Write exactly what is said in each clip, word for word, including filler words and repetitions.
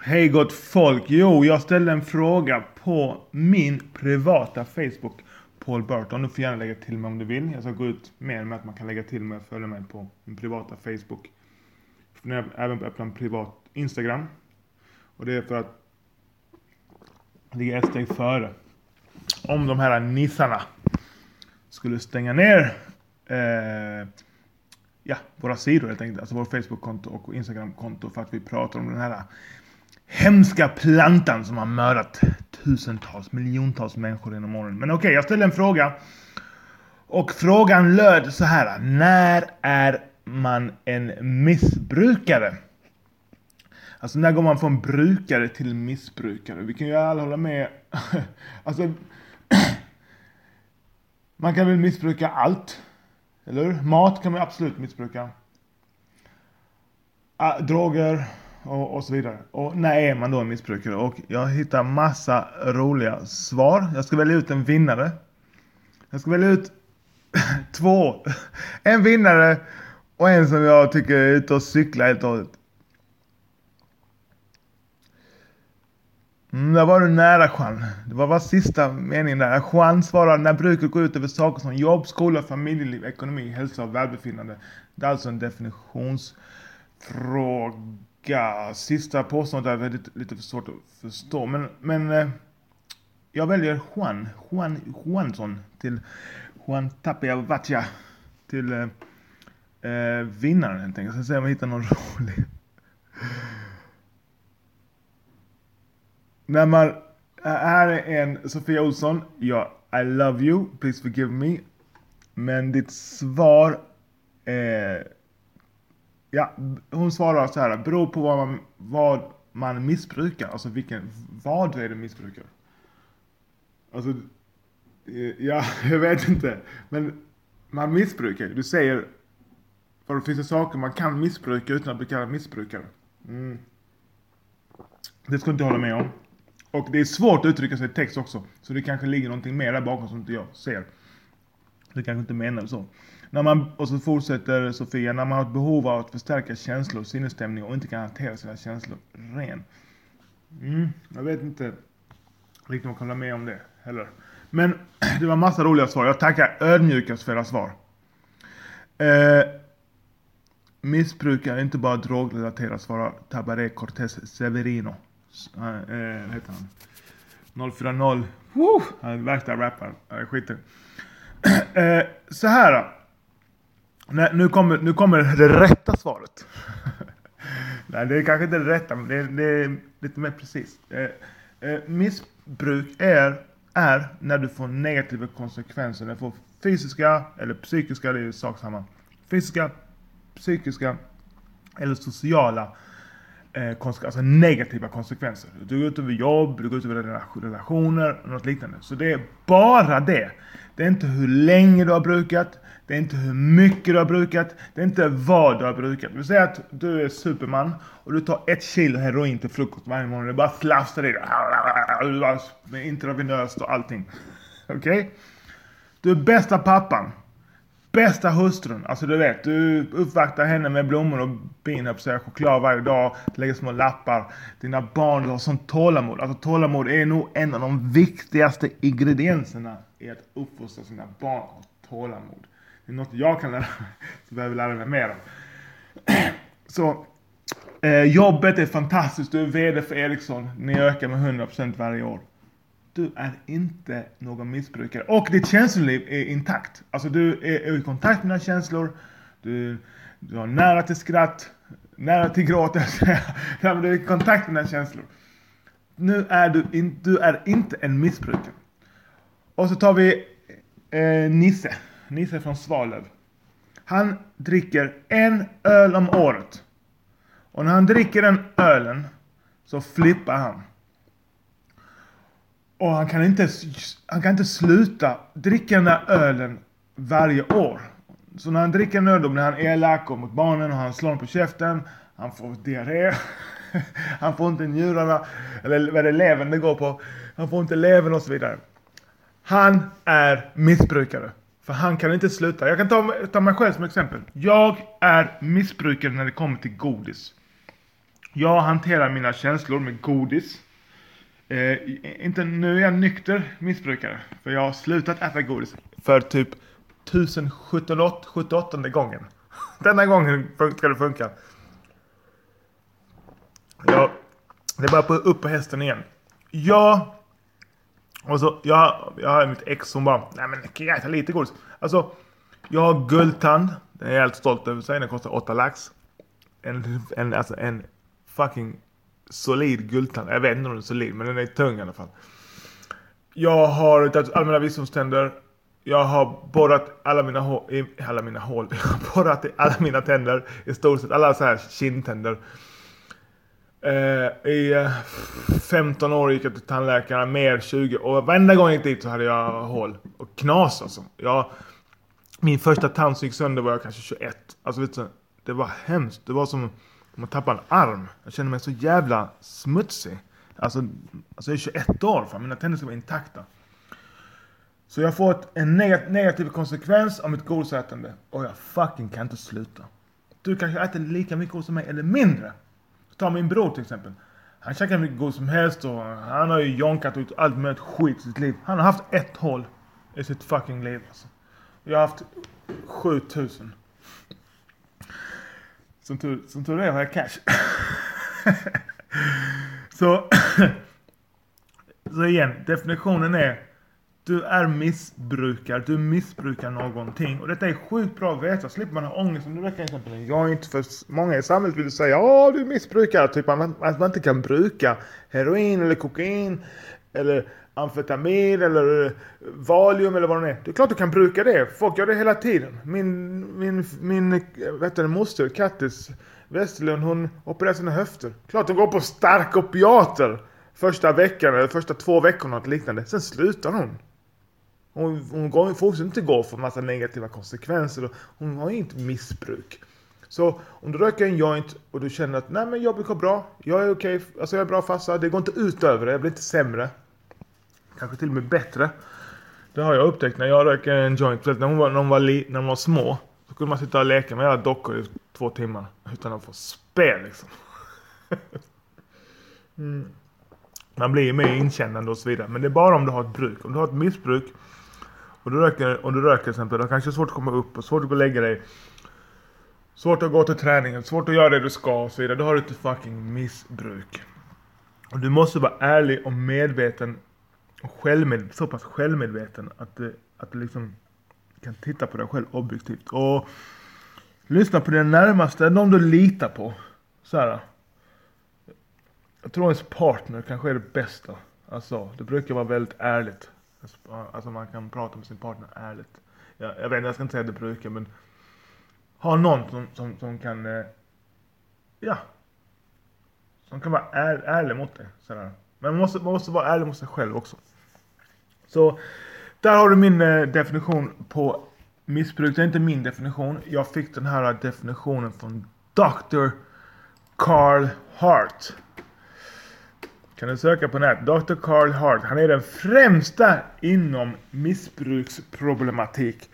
Hej gott folk. Jo, jag ställde en fråga på min privata Facebook, Paul Burton. Du får gärna lägga till mig om du vill. Jag ska gå ut mer med att man kan lägga till mig och följa mig på min privata Facebook. Jag får även öppna en privat Instagram. Och det är för att ligga ett steg före. Om de här nissarna skulle stänga ner eh, ja, våra sidor helt enkelt. Alltså vår Facebook-konto och Instagram-konto för att vi pratar om den här hemska plantan som har mördat tusentals, miljontals människor inom åren. Men okej, okay, jag ställde en fråga. Och frågan löd så här. När är man en missbrukare? Alltså när går man från brukare till missbrukare? Vi kan ju alla hålla med. Alltså man kan väl missbruka allt. Eller hur? Mat kan man absolut missbruka. Ah, droger och, och så vidare. Och när är man då en missbrukare? Och jag hittar massa roliga svar. Jag ska välja ut en vinnare. Jag ska välja ut två. En vinnare och en som jag tycker är ute och cyklar helt och hållet. Mm, där var du nära, Juan. Det var bara sista meningen där. Juan svarar, när brukar gå ut över saker som jobb, skola, familjeliv, ekonomi, hälsa och välbefinnande. Det är alltså en definitionsfråga. Sista påståendet är lite, lite för svårt att förstå. Men, men eh, jag väljer Juan. Juan Juansson till Juan Tapia Vacha till eh, eh, vinnaren helt enkelt. Jag ska se om jag hittar någon rolig. När man, här är en Sofia Olsson. Ja, I love you, please forgive me. Men ditt svar är, ja, hon svarar så här. Beror på vad man, vad man missbrukar. Alltså vilken, vad är det missbrukar? Alltså, ja, jag vet inte. Men man missbrukar. Du säger, för det finns det saker man kan missbruka utan att bli kallad missbrukare. Mm. Det ska inte hålla med om. Och det är svårt att uttrycka sig i text också. Så det kanske ligger någonting mer där bakom som inte jag ser. Det kanske inte menar så. När man, och så fortsätter Sofia. När man har ett behov av att förstärka känslor och sinnesstämning och inte kan hantera sina känslor ren. Mm, jag vet inte riktigt om jag kan hålla med om det heller. Men det var massa roliga svar. Jag tackar ödmjukast för era svar. Eh, missbrukare inte bara drogrelaterat, svarar Tabaré Cortés Severino. Uh, uh, heter han noll fyra noll. Woo! Han är värsta rapparen. Jag skiter. uh, Så här. Nej, nu kommer nu kommer det rätta svaret. Nej, det är kanske inte det rätta, men det är, det är lite mer precis. Uh, uh, missbruk är är när du får negativa konsekvenser. Du får fysiska eller psykiska, det är sak samma. Fysiska, psykiska eller sociala Eh, alltså negativa konsekvenser. Du går ut över jobb, du går ut över relationer och något liknande. Så det är bara det. Det är inte hur länge du har brukat. Det är inte hur mycket du har brukat. Det är inte vad du har brukat. Vi säger att du är Superman och du tar ett kilo heroin till frukost varje morgon. Det bara slafsar i dig. Med intravenöst och allting. Okej? Okay? Du är bästa pappan. Bästa hustrun, alltså du vet, du uppvaktar henne med blommor och bin, upp sig choklad varje dag, lägger små lappar. Dina barn, du har sånt tålamod. Alltså tålamod är nog en av de viktigaste ingredienserna i att uppfostra sina barn och tålamod. Det är något jag kan lära mig, så behöver lära mig mer om. Så, eh, jobbet är fantastiskt, du är vd för Ericsson, ni ökar med hundra procent varje år. Du är inte någon missbrukare. Och ditt känsloliv är intakt. Alltså du är i kontakt med dina känslor. Du, du har nära till skratt. Nära till gråt. Du är i kontakt med dina känslor. Nu är du, in, du är inte en missbrukare. Och så tar vi eh, Nisse. Nisse från Svalöv. Han dricker en öl om året. Och när han dricker den ölen så flippar han. Och han kan inte han kan inte sluta dricka den där ölen varje år. Så när han dricker en öl då blir han elak och mot barnen och han slår dem på käften. Han får diarré. Han får inte njurarna. Eller vad är det levern det går på. Han får inte levern och så vidare. Han är missbrukare. För han kan inte sluta. Jag kan ta, ta mig själv som exempel. Jag är missbrukare när det kommer till godis. Jag hanterar mina känslor med godis. Eh, inte, nu är jag nykter missbrukare. För jag har slutat äta godis. För typ tusen sjuttioåtta gången. Denna gången ska det funka. Ja, det är bara på, upp på hästen igen. Ja. Och så, jag, jag har mitt ex som bara, nej men kan jag äta lite godis? Alltså, jag har guldtand. Den är jag helt stolt över sig. Den kostar åtta lax. En, en, alltså en fucking solid guldtand. Jag vet inte om den är solid, men den är tung i alla fall. Jag har allmänna visdomständer. Jag har borrat alla mina hål i alla mina hål. Jag har borrat i alla mina tänder i stort sett alla så här kindtänder. Eh, I femton år gick jag till tandläkaren, mer tjugo, och varenda gång jag gick dit så hade jag hål och knas alltså. Jag, min första tand som gick sönder var jag kanske tjugoett. Alltså vet du, det var hemskt. Det var som om att tappa en arm. Jag kände mig så jävla smutsig. Alltså, alltså jag är tjugoett år, för mina tänder ska vara intakta. Så jag får ett, en neg- negativ konsekvens av mitt godisätande. Och jag fucking kan inte sluta. Du kanske äter lika mycket godis som mig eller mindre. Ta min bror till exempel. Han käkar mycket godis som helst. Och han har ju jonkat ut allt möjligt skit i sitt liv. Han har haft ett hål i sitt fucking liv alltså. Jag har haft sjutusen. Som tur, som tur är har jag cash. så, så igen, definitionen är: du är missbrukare, du missbrukar någonting. Och detta är sjukt bra att veta. Slipper man ha ångest om du räcker exempel. Jag är inte för många i samhället vill säga, ja du missbrukar. Typ att man, att man inte kan bruka heroin eller kokain eller amfetamin eller valium eller vad det är. Det är klart du kan bruka det. Folk gör det hela tiden. Min, min, min vet du, moster, Kattis Westerlund, hon opererar sina höfter. Klart hon går på starka opiater första veckan eller första två veckorna och liknande. Sen slutar hon. Hon, hon går, får också inte gå för massa negativa konsekvenser. Hon har ju inte missbruk. Så om du röker en joint och du känner att nej men jag brukar bra, jag är okej, okay, alltså jag är bra fasta, det går inte ut över det, jag blir inte sämre. Kanske till och med bättre. Det har jag upptäckt när jag röker en joint. När hon var, när hon var, li, när hon var små så kunde man sitta och leka med alla dockor i två timmar utan att få spel liksom. mm. Man blir mer inkännande och så vidare. Men det är bara om du har ett bruk. Om du har ett missbruk och du röker, och du röker till exempel, då kanske det är svårt att komma upp och svårt att gå och lägga dig. Svårt att gå till träningen, svårt att göra det du ska och så vidare. Då har du ett fucking missbruk. Och du måste vara ärlig och medveten och självmed, så pass självmedveten att du, att du liksom kan titta på dig själv objektivt. Och lyssna på den närmaste, de du litar på. Så här. Jag tror ens partner kanske är det bästa. Alltså, det brukar vara väldigt ärligt. Alltså man kan prata med sin partner ärligt. Jag, jag vet inte, jag ska inte säga det brukar, men ha någon som, som, som kan eh, ja som kan vara är, ärlig mot dig. Sådär. Men man måste, man måste vara ärlig mot sig själv också. Så där har du min eh, definition på missbruk. Det är inte min definition. Jag fick den här definitionen från doktor Carl Hart. Kan du söka på nät. doktor Carl Hart. Han är den främsta inom missbruksproblematik.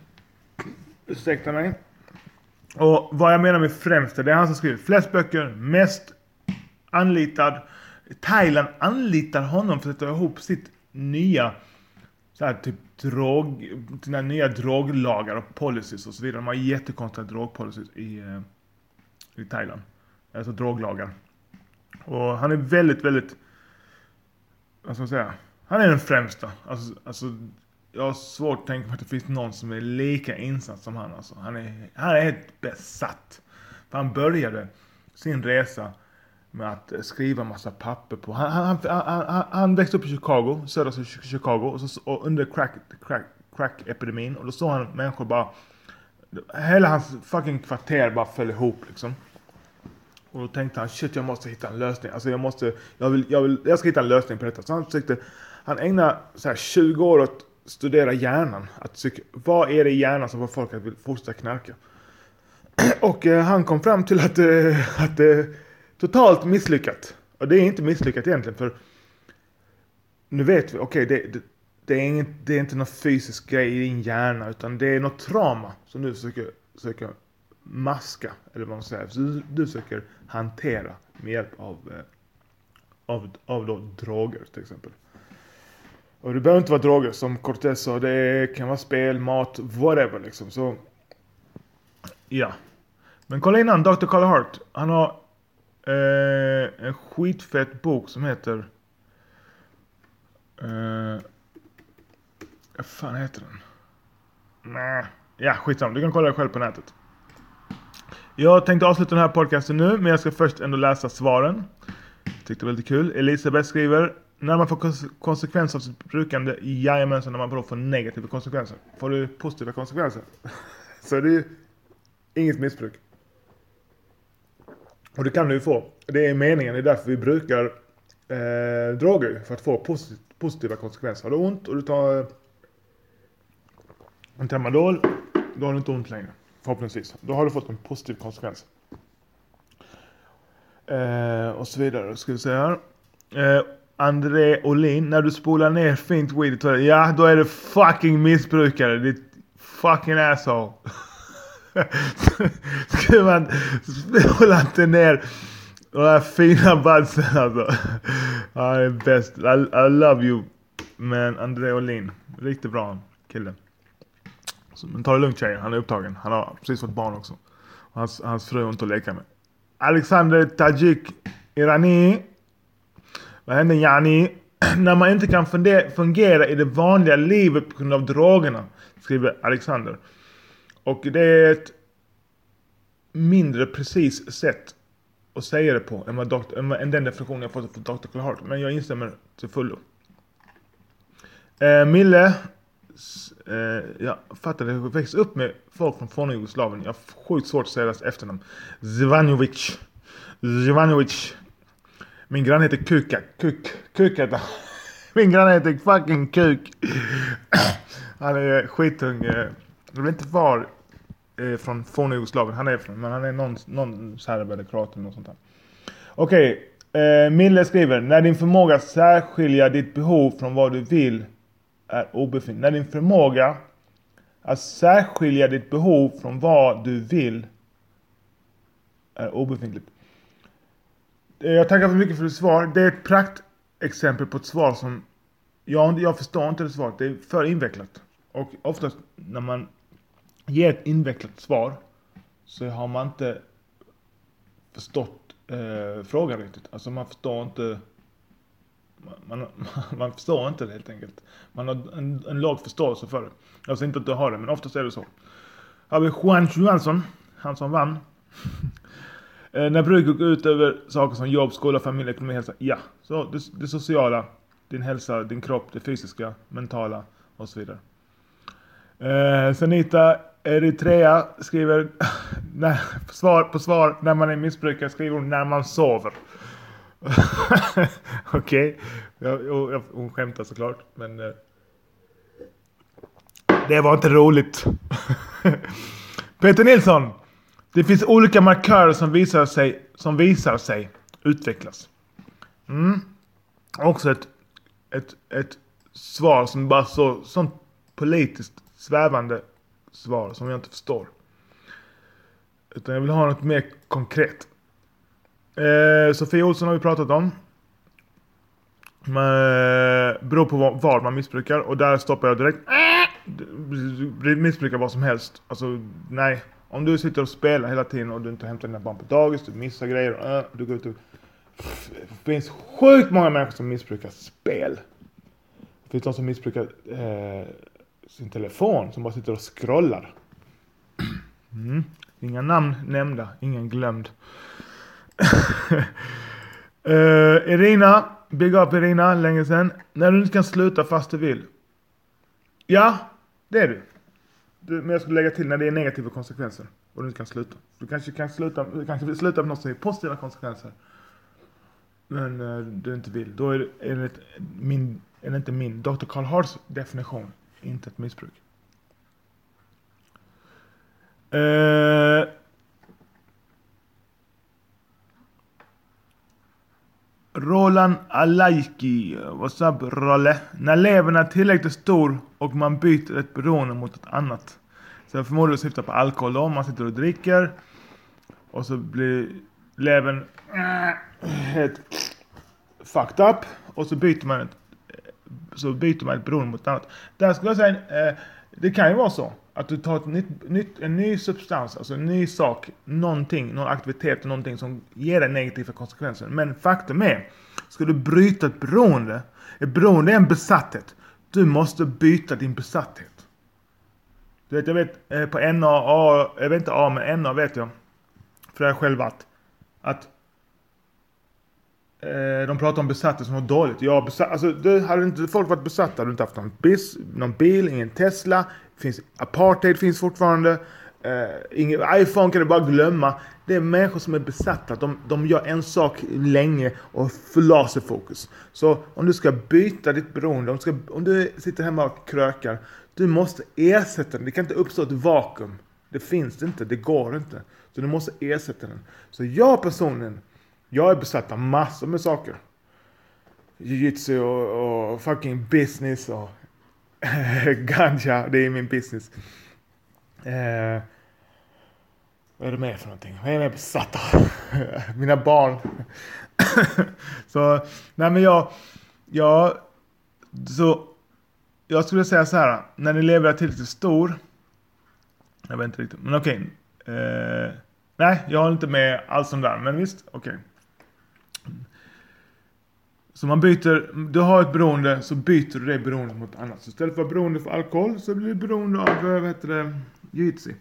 Ursäkta mig. Och vad jag menar med främsta, det är han som skriver flest böcker, mest anlitad. Thailand anlitar honom för att ta ihop sitt nya så här typ drog, sina nya droglagar och policies och så vidare. De har jättekonstiga drogpolicies i, uh, i Thailand. Alltså droglagar. Och han är väldigt, väldigt, vad ska man säga, han är den främsta. Alltså, alltså jag har svårt att tänka mig att det finns någon som är lika insatt som han. Alltså. Han är, han är helt besatt. För han började sin resa med att skriva massa papper på. Han, han, han, han, han växte upp i Chicago, södra Chicago, och, så, och under crack, crack, crack-epidemin. Och då såg han människor bara, hela hans fucking kvarter bara föll ihop liksom. Och då tänkte han, shit, jag måste hitta en lösning. Alltså jag måste, jag vill, jag vill, jag ska hitta en lösning på detta. Så han försökte, han ägnade så här tjugo år att studera hjärnan. Att tycka, vad är det i hjärnan som får folk att vill fortsätta knarka? Och eh, han kom fram till att det eh, att, eh, totalt misslyckat. Och det är inte misslyckat egentligen, för nu vet vi, okej, okay, det, det, det, är inget, det är inte någon fysisk grej i din hjärna, utan det är något trauma som du försöker, försöker maska, eller vad man säger. Så du, du försöker hantera med hjälp av, eh, av, av då droger till exempel. Och det behöver inte vara droger som Cortez sa, det kan vara spel, mat, whatever liksom. Så ja. Men kolla innan, doktor Carl Hart, han har eh, en skitfett bok som heter eh, vad fan heter den? Nej. Ja, skitsamma, du kan kolla det själv på nätet. Jag tänkte avsluta den här podcasten nu, men jag ska först ändå läsa svaren. Tyckte det var lite kul. Elisabeth skriver: när man får kons- konsekvenser av sitt brukande, jajamensan, när man bara får negativa konsekvenser. Får du positiva konsekvenser så är det ju inget missbruk. Och det kan du ju få. Det är meningen, det är därför vi brukar eh, droger, för att få posit- positiva konsekvenser. Har du ont och du tar eh, en Tramadol, då har du inte ont längre. Förhoppningsvis. Då har du fått en positiv konsekvens. Eh, och så vidare. Ska vi se här. Eh, André Olin. När du spolar ner fint weed i toaletten. Ja, då är det fucking missbrukare. Det är fucking asshole. Ska man spola inte ner de här fina budsen alltså. Ja, det är bäst. I, I love you. Men André Olin. Riktigt bra kille. Så, men ta det lugnt tjejer, han är upptagen. Han har precis fått barn också. Och hans, hans fru är inte att leka med. Alexander Tajik Irani. Vad händer Yani? När man inte kan funde- fungera i det vanliga livet på grund av drogerna, skriver Alexander. Och det är ett mindre precis sätt att säga det på än, vad doktor, än, än den definitionen jag fått från doktor Carl Hart. Men jag instämmer till fullo. Eh, Mille. Uh, jag fattar det. Jag växte upp med folk från forna Jugoslavien. Jag har sjukt svårt att säga deras efternamn. Zvanovic. Zvanovic. Min grann heter Kuka. Kuk. Kuk heter Min grann heter fucking Kuk. Han är skitung. Jag vet inte var eh, från forna Jugoslavien han är från. Men han är någon, någon serb eller kroat eller något sånt där. Okej. Okay. Uh, Mille skriver: när din förmåga särskilja ditt behov från vad du vill är obefintlig. När din förmåga att särskilja ditt behov från vad du vill är obefintligt. Jag tackar för mycket för ditt svar. Det är ett praktexempel på ett svar som jag, jag förstår inte det svaret. Det är för invecklat. Och oftast när man ger ett invecklat svar så har man inte förstått eh, frågan riktigt. Alltså man förstår inte Man, man, man förstår inte det helt enkelt. Man har en, en låg förståelse för det. Jag säger inte att du har det, men oftast är det så. Har vi Juan Johansson, han som vann. eh, när bruk går ut över saker som jobb, skola, familj, ekonomi, hälsa. Ja, så det, det sociala, din hälsa, din kropp, det fysiska, mentala och så vidare. Eh, Sanita Eritrea skriver nej, svar på svar när man är missbrukare skriver hon när man sover. Okej, okay. Hon skämtar såklart, men eh, det var inte roligt. Peter Nilsson: det finns olika markörer som visar sig som visar sig utvecklas. Mm. Också ett ett ett svar som bara så sånt politiskt svävande svar som jag inte förstår. Utan jag vill ha något mer konkret. Eh, Sofia Olsson har vi pratat om. Men, beror på var, var man missbrukar. Och där stoppar jag direkt. äh, Missbrukar vad som helst. Alltså nej. Om du sitter och spelar hela tiden och du inte hämtar dina barn på dagis, du missar grejer, äh, du går ut och... Det finns sjukt många människor som missbrukar spel. Det finns de som missbrukar eh, sin telefon, som bara sitter och scrollar. Mm. Inga namn nämnda, ingen glömd. uh, Irina, big up Irina, länge sedan. När du inte kan sluta fast du vill. Ja, det är du. du Men jag skulle lägga till när det är negativa konsekvenser och du inte kan sluta. Du kanske kan sluta, du kanske vill sluta med något som är positiva konsekvenser, men uh, du inte vill. Då är det, är det, min, är det inte min doktor Carl Harts definition, inte ett missbruk. Uh, Roland Alaiki, what's up Rolle? När levern är tillräckligt stor och man byter ett beroende mot ett annat. Så jag förmodligen syftar på alkohol då. Man sitter och dricker och så blir levern äh, helt fucked up och så byter man ett, så byter man ett beroende mot ett annat. Där skulle jag säga, eh, det kan ju vara så att du tar ett nytt, nytt, en ny substans, alltså en ny sak, någonting, någon aktivitet, någonting som ger dig negativa konsekvenser. Men faktum är, ska du bryta ett beroende, ett beroende är en besatthet. Du måste byta din besatthet. Du vet, jag vet eh, på N A, A, jag vet inte A, men N A vet jag, för jag har själv varit, att eh, de pratar om besatthet som var dåligt. Ja, besatt, alltså, det hade inte folk varit besatta, hade du inte haft någon, bis, någon bil, ingen Tesla, finns apartheid finns fortfarande, eh, ingen iPhone kan du bara glömma. Det är människor som är besatta, de, de gör en sak länge och förlaser fokus. Så om du ska byta ditt beroende, om du, ska, om du sitter hemma och krökar, du måste ersätta den. Det kan inte uppstå ett vakuum. Det finns inte, det går inte. Så du måste ersätta den. Så jag personligen, jag är besatt av massor med saker. Jiu-jitsu och, och fucking business och ganja, det är min business. Eh, vad är det med för någonting? Vad är jag besatt av? Mina barn. Så, nej men jag, jag, så, jag skulle säga så här, när ni lever är tillräckligt stor, jag vet inte riktigt, men okej. Eh, nej, jag har inte med allt sånt där, men visst, okej. Så man byter, du har ett beroende, så byter du det beroende mot annat. Så istället för att vara beroende för alkohol så blir du beroende av, vad heter det, jiu-jitsu.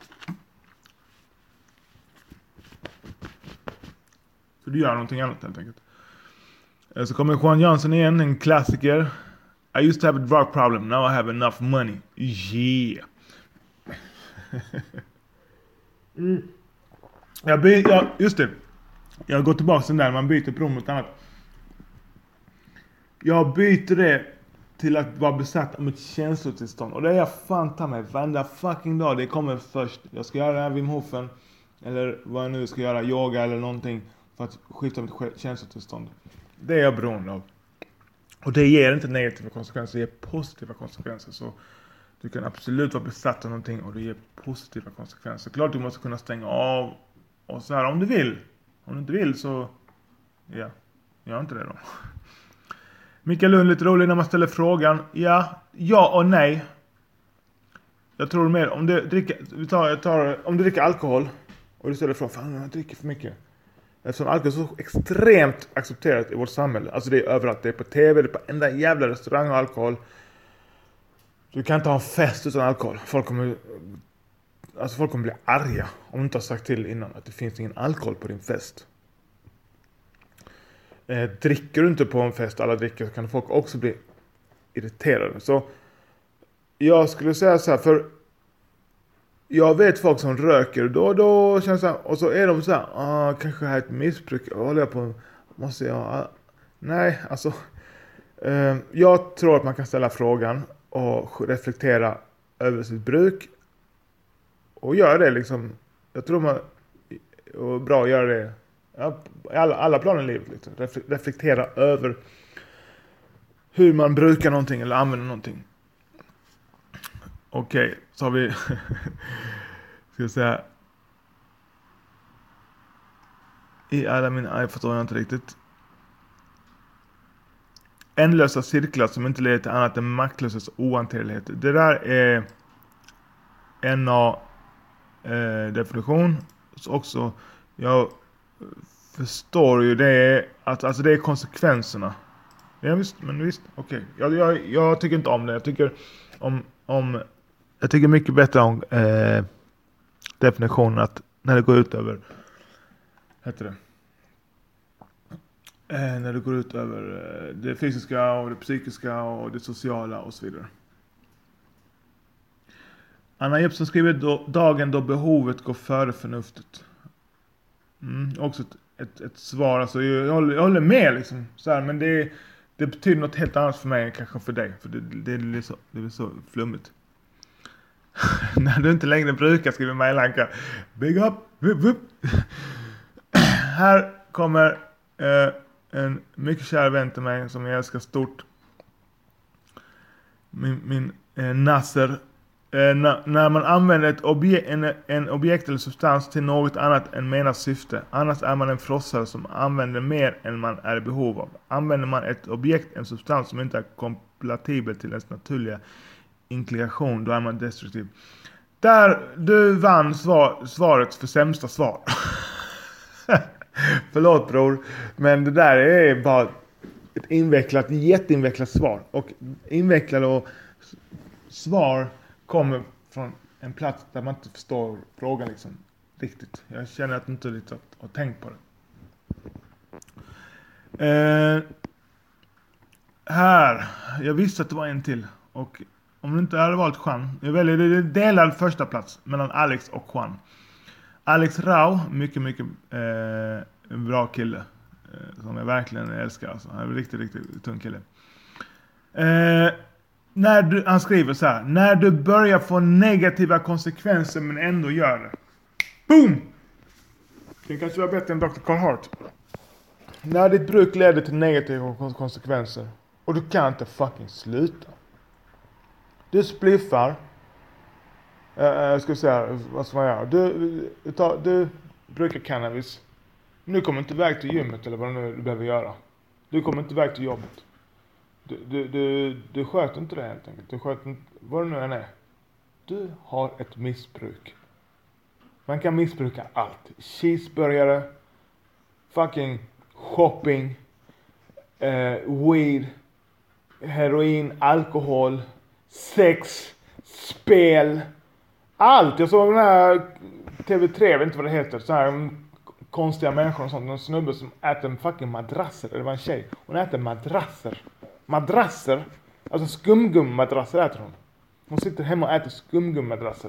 Så du gör någonting annat helt enkelt. Så kommer Juan Jönsson igen, en klassiker. I used to have a drug problem, now I have enough money. Yeah. mm. jag by- ja, just det. Jag går tillbaka till där man byter beroende mot annat. Jag byter det till att vara besatt av ett känslotillstånd. Och det är jag fan ta mig varenda fucking dag. Det kommer först. Jag ska göra det här Wim Hofen. Eller vad jag nu ska göra. Yoga eller någonting. För att skifta mitt känslotillstånd. Det är jag beroende av. Och det ger inte negativa konsekvenser. Det ger positiva konsekvenser. Så du kan absolut vara besatt av någonting. Och det ger positiva konsekvenser. Klart du måste kunna stänga av. Och så här om du vill. Om du inte vill så. Ja. Gör inte det då. Mikael Lund, lite rolig när man ställer frågan. Ja, ja och nej. Jag tror mer, om du dricker, vi tar, jag tar, om du dricker alkohol och du ställer frågan, fan jag dricker för mycket. Eftersom alkohol är så extremt accepterat i vårt samhälle. Alltså det är överallt, det är på tv, det är på enda jävla restaurang och alkohol. Du kan inte ha en fest utan alkohol. Folk kommer, alltså folk kommer bli arga om du inte har sagt till innan att det finns ingen alkohol på din fest. Eh, dricker du inte på en fest, alla dricker, så kan folk också bli irriterade. Så jag skulle säga så här, för jag vet folk som röker då och då känns så här, och så är de så här, ah, kanske har ett missbruk, jag håller på, måste jag, ah. nej, alltså eh, jag tror att man kan ställa frågan och reflektera över sitt bruk och göra det liksom, jag tror man är bra att göra det. Ja, alla, alla planer i livet liksom. Reflektera över hur man brukar någonting eller använder någonting. Okej, okay, så har vi ska jag säga i alla mina, jag förstår inte riktigt. Ändlösa cirklar som inte leder till annat än maktlöshet och ohanterlighet. Det där är en av eh, definition. Så också jag förstår ju det att alltså det är konsekvenserna. Ja visst, men visst, okej. Okay. Jag, jag, jag tycker inte om det. Jag tycker om, om jag tycker mycket bättre om eh, definitionen att när det går ut över heter det eh, när det går ut över eh, det fysiska och det psykiska och det sociala och så vidare. Anna Jeppsson skriver då, dagen då behovet går före förnuftet. Mm, också ett, ett, ett svar, alltså jag, jag, håller, jag håller med liksom, så här, men det, det betyder något helt annat för mig än kanske för dig, för det, det, det, är, så, det är så flummigt. När du inte längre brukar skriva mejlanka. Big up, wup, wup. Här kommer eh, en mycket kär vän till mig som jag älskar stort. Min, min eh, Nasser Eh, när, när man använder ett obje- en, en objekt eller substans till något annat än menat syfte. Annars är man en frossare som använder mer än man är i behov av. Använder man ett objekt, en substans som inte är kompatibel till ens naturliga inklination, då är man destruktiv. Där du vann svar, svaret för sämsta svar. Förlåt bror, men det där är bara ett invecklat, jätteinvecklat svar. Och invecklade och svar kommer från en plats där man inte förstår frågan liksom riktigt. Jag känner att jag inte riktigt har tänkt på det. Eh, här, jag visste att det var en till. Och om du inte hade valt Juan, jag väljer det delad första plats mellan Alex och Juan. Alex Rau, mycket mycket eh, en bra kille eh, som jag verkligen älskar. Alltså. Han är en riktigt, riktigt tung kille. Eh, när du, han skriver så här: när du börjar få negativa konsekvenser men ändå gör det. Boom! Det kanske var bättre än doktor Carl Hart. När ditt bruk leder till negativa konsekvenser och du kan inte fucking sluta. Du spliffar. Uh, jag ska säga vad som man gör. Du, du, tar, du brukar cannabis. Nu kommer inte iväg till gymmet eller vad nu du behöver göra. Du kommer inte iväg till jobbet. Du, du, du, du sköter inte det helt enkelt. Du sköter inte vad det nu än är. Du har ett missbruk. Man kan missbruka allt. Cheeseburgare, fucking shopping, uh, weed, heroin, alkohol, sex, spel. Allt. Jag såg den här T V tre, jag vet inte vad det heter. Så här konstiga människor och sånt. En snubbe som äter fucking madrasser. Det var en tjej. Hon äter madrasser. Madrasser. Alltså skumgummadrasser äter hon. Hon sitter hemma och äter skumgummadrasser.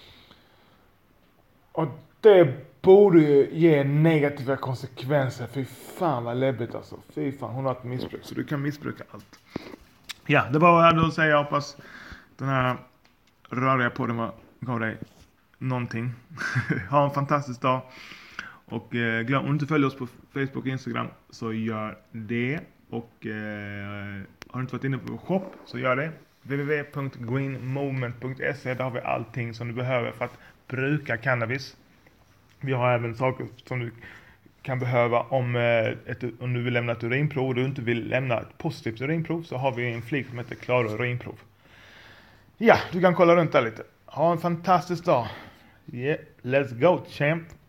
Och det borde ju ge negativa konsekvenser. Fy fan vad läbbigt alltså. Fy fan, hon har ett missbruk. Så du kan missbruka allt. Ja, det var vad jag hade att säga. Jag hoppas den här röriga på den var, gav dig någonting. Ha en fantastisk dag. Och eh, glöm, om du inte följer oss på Facebook och Instagram så gör det. Och eh, har du inte varit inne på vår shop så gör det. w w w punkt green movement punkt se. Där har vi allting som du behöver för att bruka cannabis. Vi har även saker som du kan behöva om, eh, ett, om du vill lämna ett urinprov och du inte vill lämna ett positivt urinprov, så har vi en flik som heter Klara urinprov. Ja, du kan kolla runt där lite. Ha en fantastisk dag. Yeah, let's go champ.